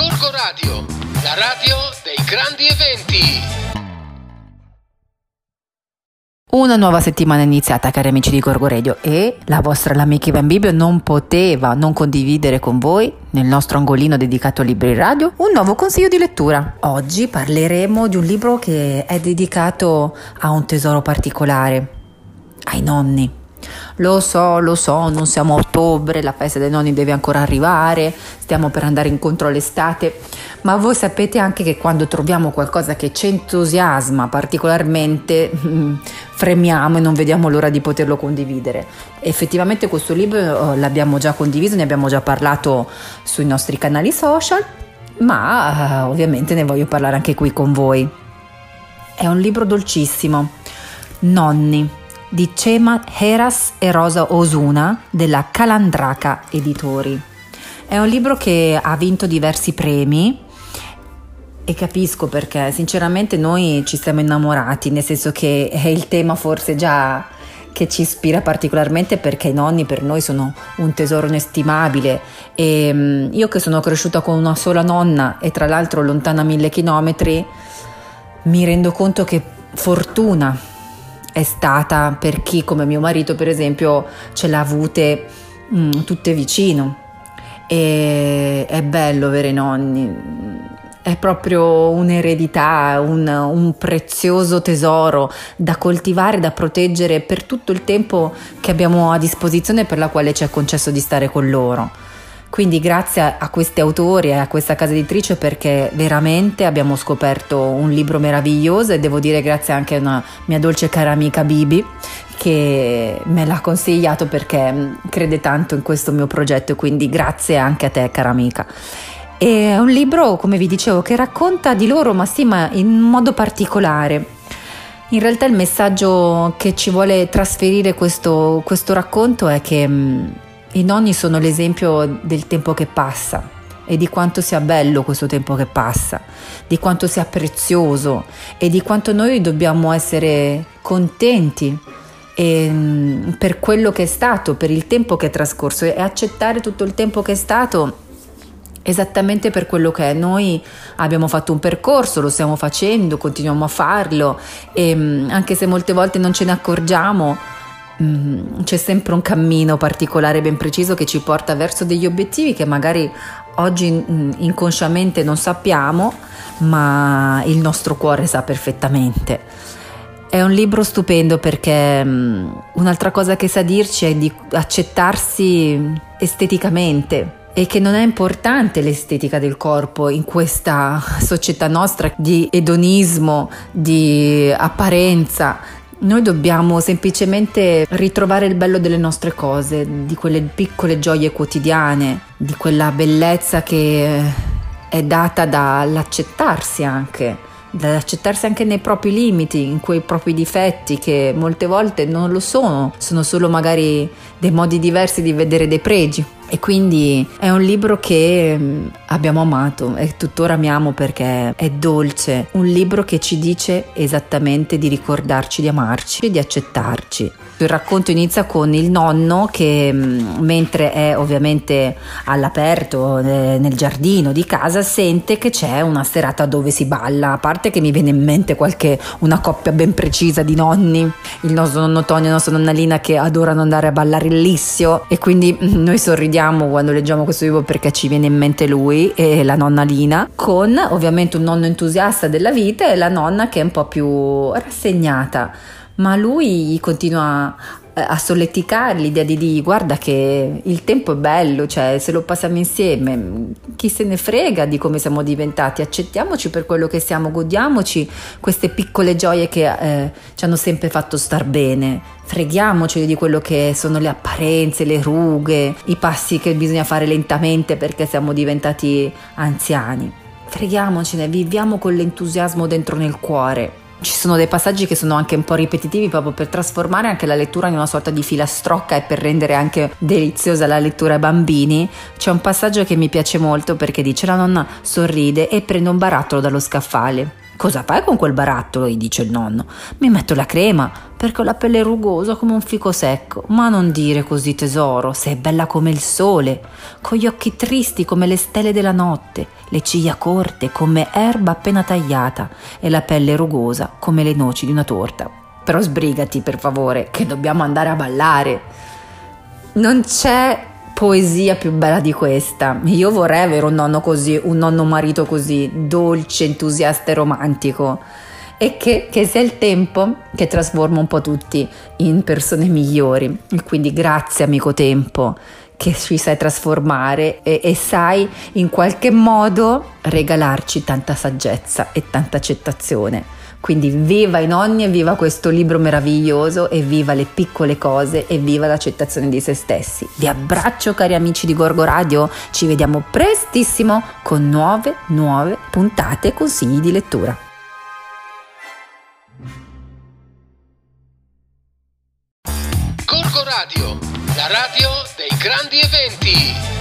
Gorgo Radio, la radio dei grandi eventi. Una nuova settimana è iniziata, cari amici di Gorgo Radio, e la vostra L'Amica Ivan Bibio non poteva non condividere con voi, nel nostro angolino dedicato a libri radio, un nuovo consiglio di lettura. Oggi parleremo di un libro che è dedicato a un tesoro particolare, ai nonni. Lo so, non siamo a ottobre, la festa dei nonni deve ancora arrivare, stiamo per andare incontro all'estate, ma voi sapete anche che quando troviamo qualcosa che ci entusiasma particolarmente, fremiamo e non vediamo l'ora di poterlo condividere. Effettivamente questo libro l'abbiamo già condiviso, ne abbiamo già parlato sui nostri canali social, ma ovviamente ne voglio parlare anche qui con voi. È un libro dolcissimo, Nonni, di Chema Heras e Rosa Osuna della Calandraca Editori. È un libro che ha vinto diversi premi e capisco perché sinceramente noi ci siamo innamorati, nel senso che è il tema forse già che ci ispira particolarmente, perché i nonni per noi sono un tesoro inestimabile e io che sono cresciuta con una sola nonna e tra l'altro lontana 1000 chilometri, mi rendo conto che fortuna è stata per chi come mio marito per esempio ce l'ha avute tutte vicino. E è bello avere i nonni, è proprio un'eredità, un prezioso tesoro da coltivare, da proteggere per tutto il tempo che abbiamo a disposizione, per la quale ci è concesso di stare con loro. Quindi grazie a questi autori e a questa casa editrice, perché veramente abbiamo scoperto un libro meraviglioso, e devo dire grazie anche a una mia dolce cara amica Bibi che me l'ha consigliato perché crede tanto in questo mio progetto, e quindi grazie anche a te cara amica. È un libro, come vi dicevo, che racconta di loro, ma in modo particolare. In realtà il messaggio che ci vuole trasferire questo racconto è che i nonni sono l'esempio del tempo che passa e di quanto sia bello questo tempo che passa, di quanto sia prezioso e di quanto noi dobbiamo essere contenti per quello che è stato, per il tempo che è trascorso, e accettare tutto il tempo che è stato esattamente per quello che è. Noi abbiamo fatto un percorso, lo stiamo facendo, continuiamo a farlo, e anche se molte volte non ce ne accorgiamo, c'è sempre un cammino particolare ben preciso che ci porta verso degli obiettivi che magari oggi inconsciamente non sappiamo, ma il nostro cuore sa perfettamente. È un libro stupendo perché un'altra cosa che sa dirci è di accettarsi esteticamente, e che non è importante l'estetica del corpo in questa società nostra di edonismo, di apparenza. Noi dobbiamo semplicemente ritrovare il bello delle nostre cose, di quelle piccole gioie quotidiane, di quella bellezza che è data dall'accettarsi anche nei propri limiti, in quei propri difetti che molte volte non lo sono solo magari dei modi diversi di vedere dei pregi. E quindi è un libro che abbiamo amato e tuttora amiamo perché è dolce, un libro che ci dice esattamente di ricordarci di amarci e di accettarci. Il racconto inizia con il nonno che, mentre è ovviamente all'aperto nel giardino di casa, sente che c'è una serata dove si balla. A parte che mi viene in mente una coppia ben precisa di nonni, il nostro nonno Tonio e la nostra nonna Lina, che adorano andare a ballare il lissio, e quindi noi sorridiamo quando leggiamo questo libro perché ci viene in mente lui e la nonna Lina, con ovviamente un nonno entusiasta della vita e la nonna che è un po' più rassegnata. Ma lui continua a solleticare l'idea di guarda che il tempo è bello, cioè se lo passiamo insieme, chi se ne frega di come siamo diventati, accettiamoci per quello che siamo, godiamoci queste piccole gioie che ci hanno sempre fatto star bene, freghiamoci di quello che sono le apparenze, le rughe, i passi che bisogna fare lentamente perché siamo diventati anziani, freghiamocene, viviamo con l'entusiasmo dentro nel cuore. Ci sono dei passaggi che sono anche un po' ripetitivi, proprio per trasformare anche la lettura in una sorta di filastrocca e per rendere anche deliziosa la lettura ai bambini. C'è un passaggio che mi piace molto perché dice: la nonna sorride e prende un barattolo dallo scaffale Cosa fai con quel barattolo? Gli dice il nonno. Mi metto la crema perché ho la pelle rugosa come un fico secco. Ma non dire così, tesoro, sei bella come il sole, con gli occhi tristi come le stelle della notte, le ciglia corte come erba appena tagliata e la pelle rugosa come le noci di una torta. Però sbrigati, per favore, che dobbiamo andare a ballare. Non c'è poesia più bella di questa. Io vorrei avere un nonno così, un nonno marito così, dolce, entusiasta e romantico. E che sia il tempo che trasforma un po' tutti in persone migliori. E quindi grazie, amico tempo, che ci sai trasformare e sai in qualche modo regalarci tanta saggezza e tanta accettazione. Quindi viva i nonni e viva questo libro meraviglioso e viva le piccole cose e viva l'accettazione di se stessi. Vi abbraccio, cari amici di Gorgo Radio, ci vediamo prestissimo con nuove puntate e consigli di lettura. Gorgo Radio, la radio dei grandi eventi.